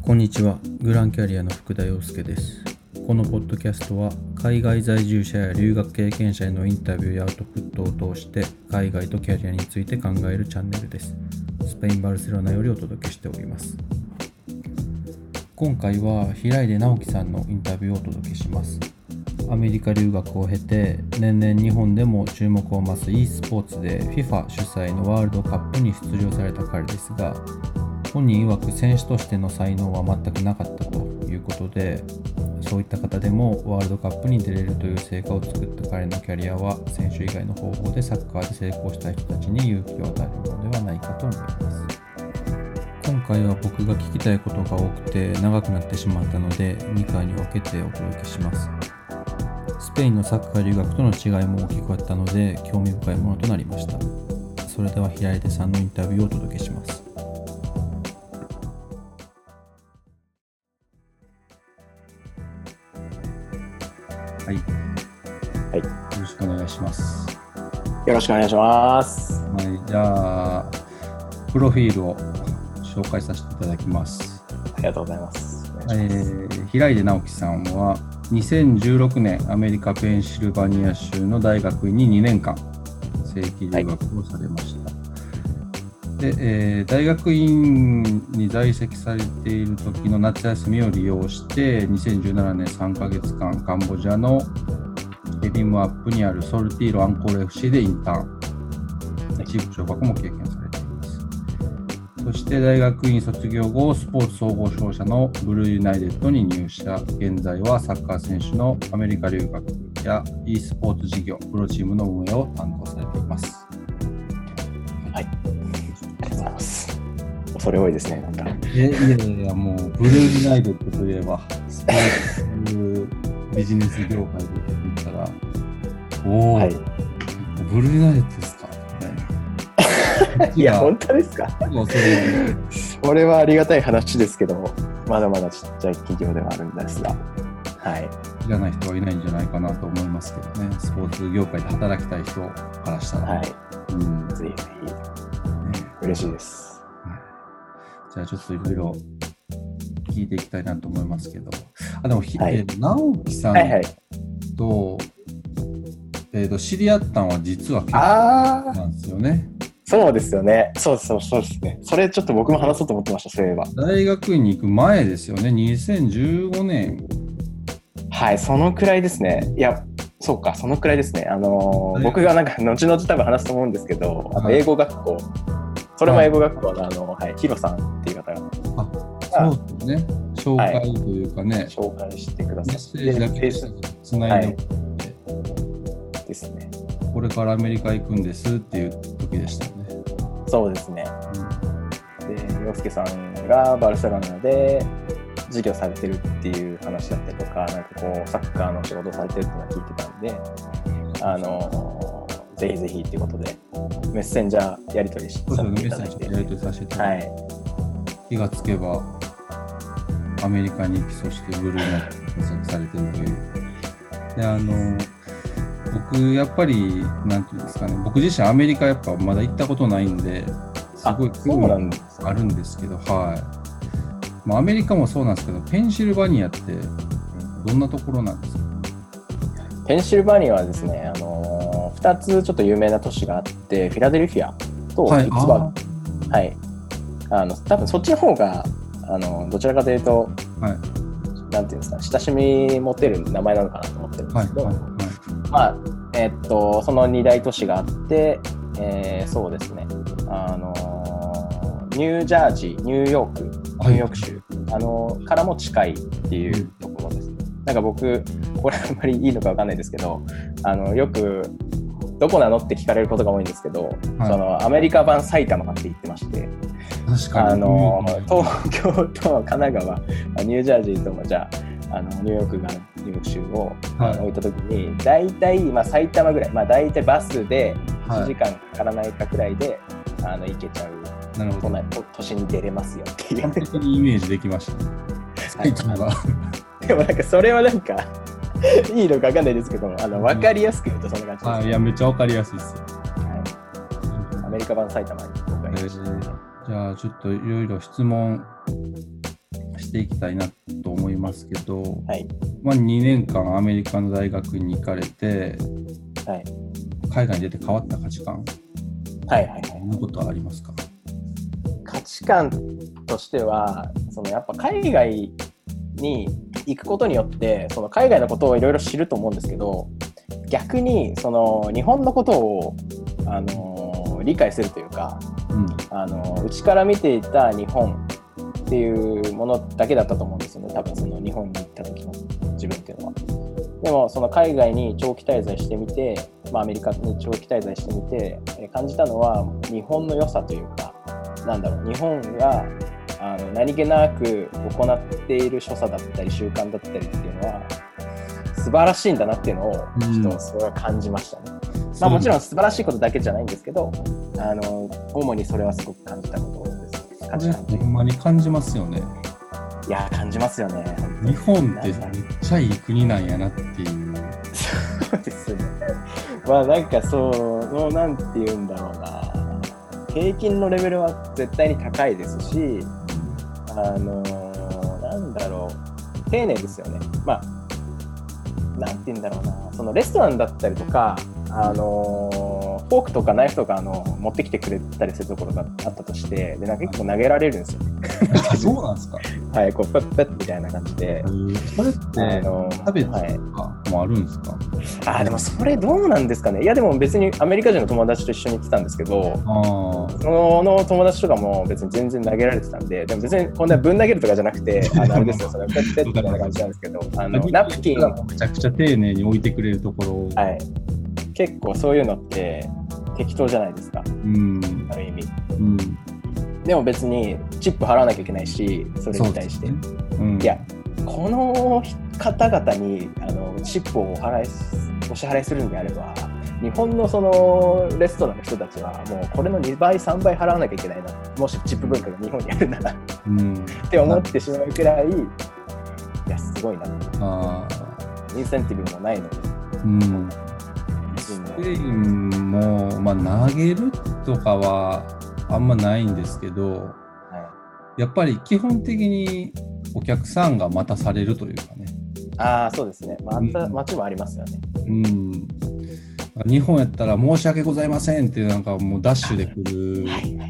こんにちは。グランキャリアの福田陽介です。このポッドキャストは海外在住者や留学経験者へのインタビューやアウトプットを通して海外とキャリアについて考えるチャンネルです。スペイン・バルセロナよりお届けしております。今回は平出直樹さんのインタビューをお届けします。アメリカ留学を経て年々日本でも注目を増す e スポーツで FIFA 主催のワールドカップに出場された彼ですが、本人曰く選手としての才能は全くなかったということで、そういった方でもワールドカップに出れるという成果を作った彼のキャリアは選手以外の方法でサッカーで成功した人たちに勇気を与えるものではないかと思います。今回は僕が聞きたいことが多くて長くなってしまったので2回に分けてお届けします。スペインのサッカー留学との違いも大きかったので興味深いものとなりました。それでは平出さんのインタビューをお届けします。はい、 はい、 よろしくお願いします。 よろしくお願いします。 はい、じゃあプロフィールを紹介させていただきます。 ありがとうございます。 平出直樹さんは2016年アメリカペンシルバニア州の大学院に2年間正規留学をされました。で大学院に在籍されている時の夏休みを利用して2017年3ヶ月間カンボジアのエビムアップにあるソルティーロアンコール FC でインターン、一部昇格も経験されています。そして大学院卒業後スポーツ総合商社のブルーユナイテッドに入社、現在はサッカー選手のアメリカ留学や e スポーツ事業プロチームの運営を担当されています。 はい、恐れ多いですね。なんかいやもうブルーユナイテッドといえばスポーツビジネス業界で言ったらおお、はい、ブルーユナイテッドですか、 いや本当ですか。それはありがたい話ですけど、まだまだちっちゃい企業ではあるんですが、はい、 知らない人はいないんじゃないかなと思いますけどね。スポーツ業界で働きたい人からしたら、 はい、ぜひぜひ、嬉しいです。 じゃあちょっといろいろ聞いていきたいなと思いますけど、でも直樹さんと、知り合ったのは実は結構なんですよね。 そうですよね。そうですね。それちょっと僕も話そうと思ってました。そういえば。 大学院に行く前ですよね。2015年。 はい、そのくらいですね。いや、そうか、そのくらいですね。僕がなんか後々多分話すと思うんですけど、英語学校、それも英語学校のヒロさんっていう方が、 そうですね。紹介というかね、 紹介してくださって、 メッセージだけつないでですね。 これからアメリカ行くんですっていう時でしたよね。 そうですね。で、陽介さんがバルセロナで授業されてるっていう話だったりとか、なんかこうサッカーの仕事をされてるっていうのを聞いてたんで、ぜひぜひっていうことでメッセンジャーやり取りさせていただいて、 やり取りさせていただいて、気がつけばアメリカに行き、そしてブルーナイトに活躍されているという。で僕やっぱりなんていうんですかね、僕自身アメリカやっぱまだ行ったことないんですごい興味あるんですけど、アメリカもそうなんですけど、ペンシルバニアってどんなところなんですか？ ペンシルバニアはですね、2つちょっと有名な都市があって、フィラデルフィアとピッツバーグ、多分そっちの方がどちらかというと、なんていうんですか、親しみ持てる名前なのかなと思ってるんですけど、その2大都市があって、そうですね、ニュージャージー、ニューヨーク州、からも近いっていうところです。なんか僕、これあんまりいいのかわかんないですけど、よくどこなのって聞かれることが多いんですけど、そのアメリカ版埼玉って言ってまして、 確かに東京と神奈川、ニュージャージーともじゃあニューヨークがニューヨーク州を、置いたときに大体、埼玉ぐらい、大体バスで1時間かからないかくらいで、行けちゃう都市に出れますよっていう。 完璧にイメージできました、ね。埼玉でもなんかそれはなんかいいのか分かんないですけど、分かりやすく言うとそんな感じです。 いや、めっちゃ分かりやすいです。 アメリカ版埼玉に公開しました。 じゃあちょっといろいろ質問していきたいなと思いますけど、 はい。 まあ、2年間アメリカの大学に行かれて、 はい。 海外に出て変わった価値観、 はいはいはい。 そんなことはありますか？ 価値観としては、やっぱ海外に行くことによって、海外のことをいろいろ知ると思うんですけど、逆に日本のことを、理解するというか、内から見ていた日本っていうものだけだったと思うんですよね。多分日本に行った時の自分っていうのは。でも海外に長期滞在してみて、アメリカに長期滞在してみて、感じたのは日本の良さというか、日本が何気なく行っている所作だったり習慣だったりっていうのは素晴らしいんだなっていうのをちょっとそれは感じましたね。もちろん素晴らしいことだけじゃないんですけど、主にそれはすごく感じたことです。 ほんまに感じますよね。 いや感じますよね。 日本ってめっちゃいい国なんやなっていう。 そうですね。なんて言うんだろうな。平均のレベルは絶対に高いですし、丁寧ですよね。なんて言うんだろうな。レストランだったりとか、フォークとかナイフとか持ってきてくれたりするところがあったとして、で結構投げられるんですよね。 そうなんですか？ はい、こうペッペッみたいな感じで。 それって食べたりとかもあるんですか？ でもそれどうなんですかね。いやでも別にアメリカ人の友達と一緒に行ってたんですけど、その友達とかも別に全然投げられてたんで、でも別にこんなぶん投げるとかじゃなくて、あれですよ、ペッペッみたいな感じなんですけど、ナプキンをめちゃくちゃ丁寧に置いてくれるところ、 はい、結構そういうのって適当じゃないですか、ある意味、でも別にチップ払わなきゃいけないし、それに対して、いやこの方々にチップをお支払いするんであれば、日本のレストランの人たちはもうこれの2倍3倍払わなきゃいけないな、もしチップ文化が日本にあるならって思ってしまうくらい、いやすごいな、インセンティブもないので、 スペインも、投げるとかはあんまないんですけど、やっぱり基本的にお客さんが待たされるというかね。 そうですね。待ちもありますよね。 日本やったら申し訳ございませんってもうダッシュで来る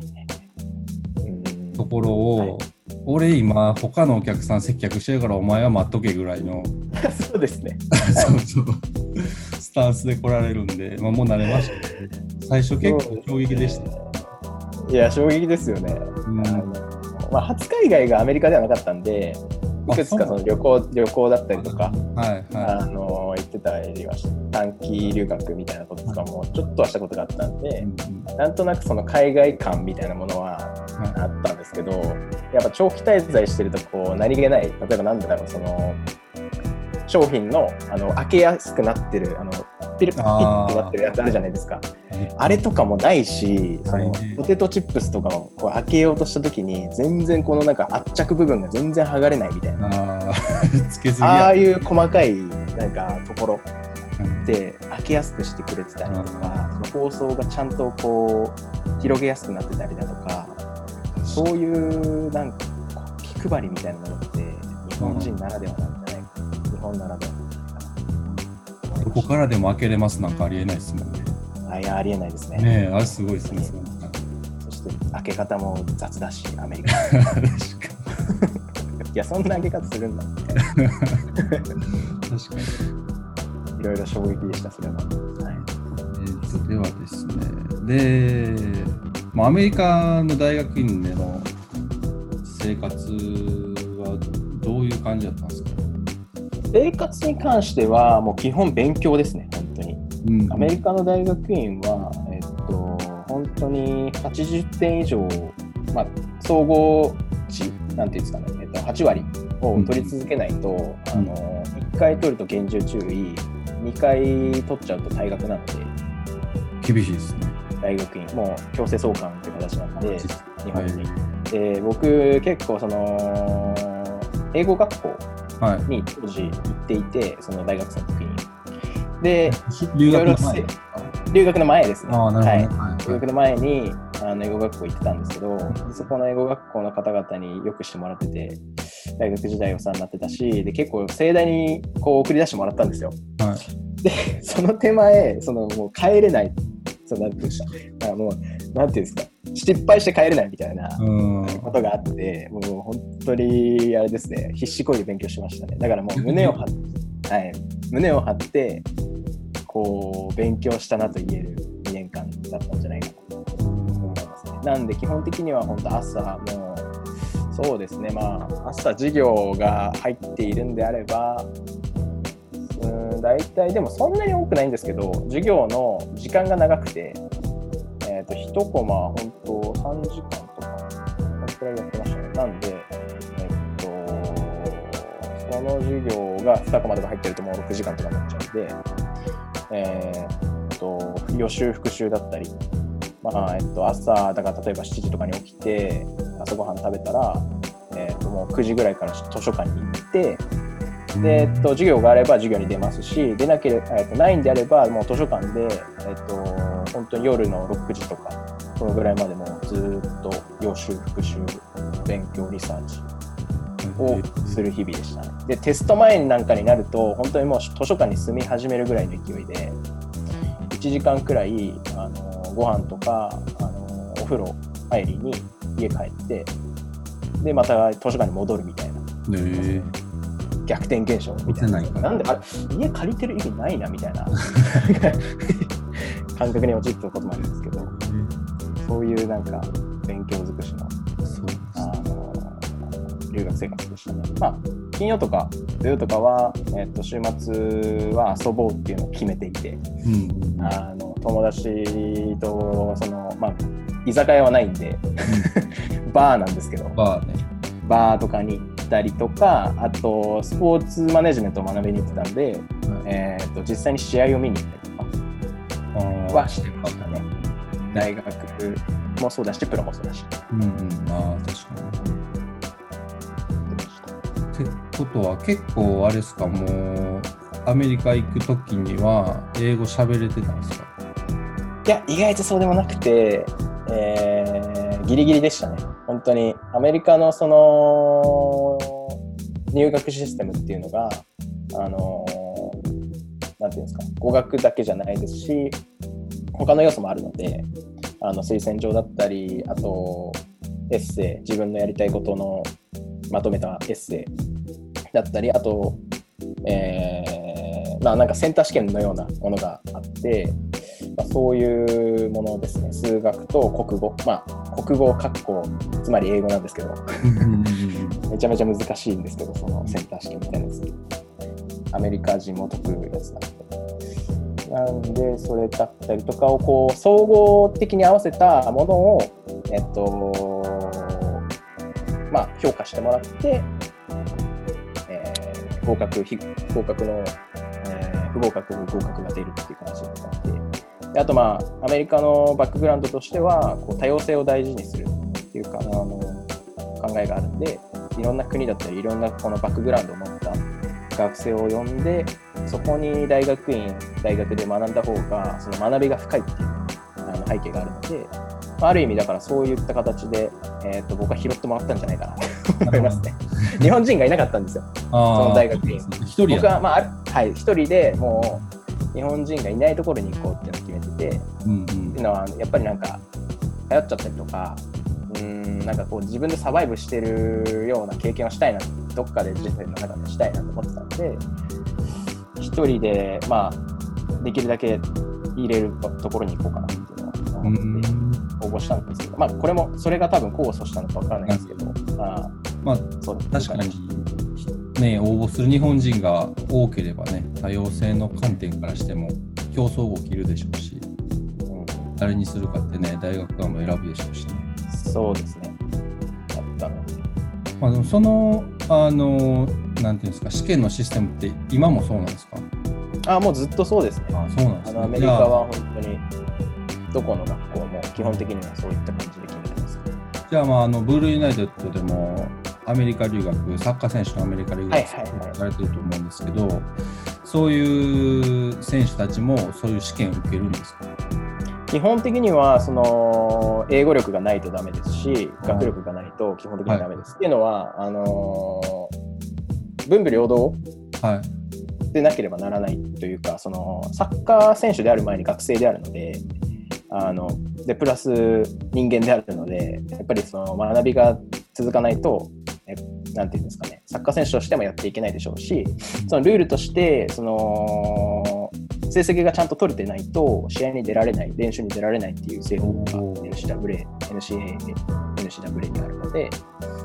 ところを、俺今他のお客さん接客してるからお前は待っとけぐらいのそうですね。 そうスタンスで来られるんで、もう慣れましたけど、最初結構衝撃でした。 いや衝撃ですよね。初海外がアメリカではなかったんで、いくつか旅行だったりとか、行ってたりは短期留学みたいなこととかもちょっとはしたことがあったんで、なんとなく海外感みたいなものはあったんですけど、やっぱ長期滞在してると何気ない、例えば商品の開けやすくなってるピッてなってるやつあるじゃないですか。あれとかもないし、ポテトチップスとかを開けようとした時に全然圧着部分が全然剥がれないみたいな、ああいう細かいところで開けやすくしてくれてたりとか、包装がちゃんと広げやすくなってたりだとか、そういう気配りみたいなものって日本人ならではなんじゃないか、日本ならではなんじゃないかな。 どこからでも開けれますありえないですもんね。 いやありえないですね。 あれすごいですね。 そして開け方も雑だし、アメリカ。いやそんな開け方するんだみたいな。確かに。いろいろ衝撃でした、それは。 ではですね。で、アメリカの大学院での生活はどういう感じだったんですか？ 生活に関してはもう基本勉強ですね、本当に。アメリカの大学院は、本当に80点以上、総合値なんていうんですかね、8割を取り続けないと、1回取ると厳重注意、2回取っちゃうと退学なので、 厳しいですね。 大学院もう強制送還という形なんで、日本に。で僕結構英語学校に当時行っていて、その大学生の時に。で、 留学の前ですね。 留学の前に英語学校行ってたんですけど、そこの英語学校の方々によくしてもらってて、 大学時代お世話になってたし、で結構盛大にこう送り出してもらったんですよ。 はい。 でその手前もう帰れない、なんていうんですか、もうなんていうんですか、失敗して帰れないみたいなことがあって、もう本当にあれですね、必死こいで勉強しましたね。だからもう胸を張ってこう勉強したなと言える2年間だったんじゃないかなと思いますね。なんで基本的には本当朝もうそうですね、まあ朝授業が入っているんであれば大体でもそんなに多くないんですけど、授業の時間が長くて、1コマ本当3時間とかそのくらいやってましたね。なんで、その授業が2コマとか入ってるともう6時間とかになっちゃうんで、予習復習だったり、まあ朝だから例えば7時とかに起きて朝ごはん食べたら、もう9時ぐらいから図書館に行って。で授業があれば授業に出ますし、出なければ、ないんであればもう図書館で、本当に夜の6時とかそのぐらいまでもずっと予習復習勉強リサーチをする日々でしたね。でテスト前なんかになると本当にもう図書館に住み始めるぐらいの勢いで1時間くらいご飯とかお風呂帰りに家帰ってでまた図書館に戻るみたいな。逆転現象みたいな。なんで家借りてる意味ないなみたいな感覚に陥ったこともあるんですけど、そういうなんか勉強尽くしの留学生活でしたね。まあ金曜とか土曜とかは、週末は遊ぼうっていうのを決めていて、友達と居酒屋はないんでバーなんですけど、バーとかに行ったりとか、あとスポーツマネジメントを学びに行ってたんで、実際に試合を見に行ったりとかはしてましたね。大学もそうだしプロもそうだし。確かに。 ってことは結構あれですか、もうアメリカ行くときには英語喋れてたんですか？ いや意外とそうでもなくて、ギリギリでしたね。本当にアメリカのその入学システムっていうのがなんていうんですか、語学だけじゃないですし他の要素もあるので、推薦状だったり、あとエッセイ、自分のやりたいことのまとめたエッセイだったり、あと、なんかセンター試験のようなものがあって、そういうものですね。数学と国語、国語括弧つまり英語なんですけどめちゃめちゃ難しいんですけど、そのセンター試験みたいなやつ、アメリカ人も解くやつなんでそれだったりとかをこう総合的に合わせたものを評価してもらって、合格の、不合格合格が出るっていう感じだったので、あとアメリカのバックグラウンドとしてはこう多様性を大事にするっていうか考えがあるんで、いろんな国だったりいろんなこのバックグラウンドを持った学生を呼んで、そこに大学で学んだ方がその学びが深いっていう背景があるので、ある意味だからそういった形で、僕は拾ってもらったんじゃないかなと思いますね。日本人がいなかったんですよ、その大学院。僕は一人でもう日本人がいないところに行こうっていうのを決めてて、っていうのはやっぱりなんか流行っちゃったりとか、なんかこう自分でサバイブしてるような経験をしたいな、どっかで人生の中でしたいなと思ってたんで、一人でできるだけ入れるところに行こうかなっていうのを思って応募したんですけど、これもそれが多分功を奏したのか分からないんですけど、 そう確かにね、応募する日本人が多ければね、多様性の観点からしても競争が起きるでしょうし、誰にするかってね、大学側も選ぶでしょうしね。 そうですね。だったので。 でもそのなんていうんですか、試験のシステムって今もそうなんですか？ もうずっとそうですね。 そうなんですね。 アメリカは本当にどこの学校も基本的にはそういった感じで決めてます。 じゃあブールユナイテッドでもアメリカ留学、サッカー選手のアメリカ留学されてると思うんですけど、そういう選手たちもそういう試験を受けるんですか？ 基本的にはその英語力がないとダメですし、学力がないと基本的にダメです。っていうのは、文武両道でなければならないというか、そのサッカー選手である前に学生であるので、でプラス人間であるので、やっぱりその学びが続かないと、なんていうんですかね、サッカー選手としてもやっていけないでしょうし、そのルールとしてその成績がちゃんと取れてないと試合に出られない、練習に出られないっていう制度が NCAA にあるので、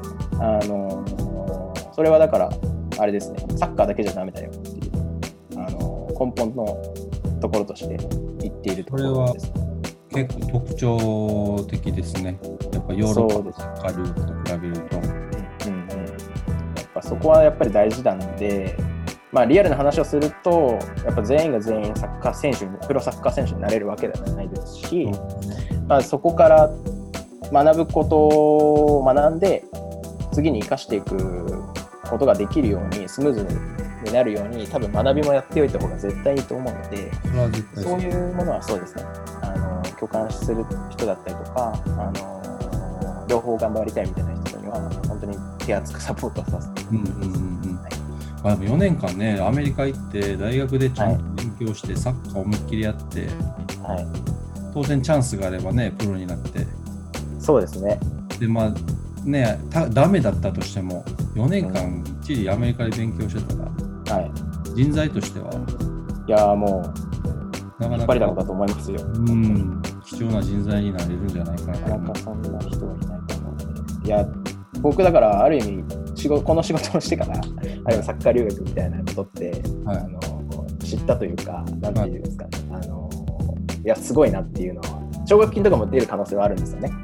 それはだからあれですね、サッカーだけじゃダメだよっていう根本のところとして言っているところです。 これは結構特徴的ですね。やっぱヨーロッパのサッカー留学と比べると。 やっぱそこはやっぱり大事なんで、まあリアルな話をすると、やっぱ全員が全員サッカー選手に、プロサッカー選手になれるわけではないですし、まあ、そこから学ぶことを学んで、次に生かしていくことができるように、スムーズになるように、多分学びもやっておいた方が絶対いいと思うので、そういうものはそうですね、共感する人だったりとか、両方頑張りたいみたいな人には、本当に手厚くサポートさせていただきます。 4年間ね、アメリカ行って大学でちゃんと勉強して、サッカーを思いっきりやって、当然チャンスがあればね、プロになって。 そうですね。 で、まあね、ダメだったとしても、4年間きっちりアメリカで勉強してたら、人材としては、 いやもう、なかなか引っ張りだこだと思いますよ。 貴重な人材になれるんじゃないかな。 なかなかそんな人はいないと思うので。いや、僕だからある意味、この仕事をしてから、あるいはサッカー留学みたいなことって、知ったというか、なんていうんですかね、いや、すごいなっていうのは、奨学金とかも出る可能性はあるんですよね。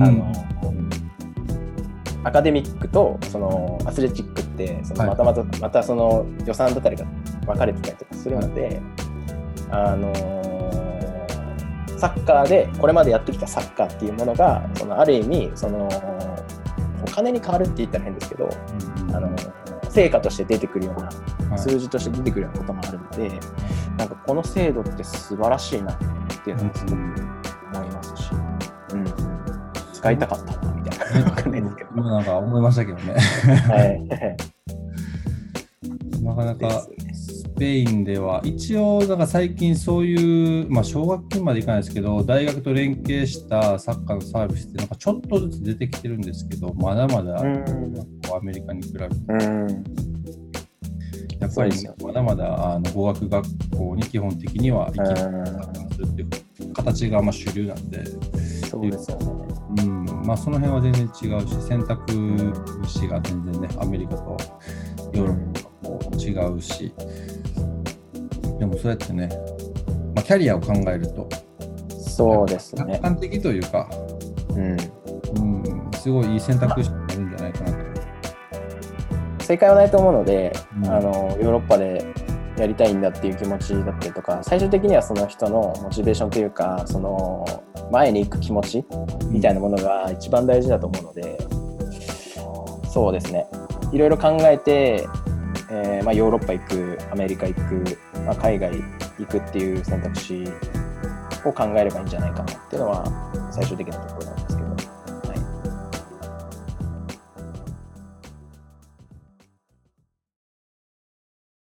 アカデミックとそのアスレチックってそのまたその予算だったりが分かれてたりとかするので、サッカーでこれまでやってきたサッカーっていうものがそのある意味そのお金に変わるって言ったら変ですけど、成果として出てくるような、数字として出てくるようなこともあるので、なんかこの制度って素晴らしいなっていうのはすごく思いますし、使いたかったなみたいな、分かんないですけど、 なんか思いましたけどね。なかなかスペインでは一応なんか最近そういう、奨学金までいかないですけど、大学と連携したサッカーのサービスってなんかちょっとずつ出てきてるんですけど、まだまだアメリカに比べて、やっぱりまだまだ語学学校に基本的には行きますっていう形が主流なんで、 そうですよね。 その辺は全然違うし、選択肢が全然ね、アメリカとヨーロッパも違うし、でもそうやってね、キャリアを考えると、 そうですね。 客観的というか、すごいいい選択肢になるんじゃないかなと。 正解はないと思うので、ヨーロッパでやりたいんだっていう気持ちだったりとか、最終的にはその人のモチベーションというか、その前に行く気持ちみたいなものが一番大事だと思うので、そうですね、いろいろ考えて、ヨーロッパ行く、アメリカ行く、海外行くっていう選択肢を考えればいいんじゃないかなっていうのは最終的なところなんですけど、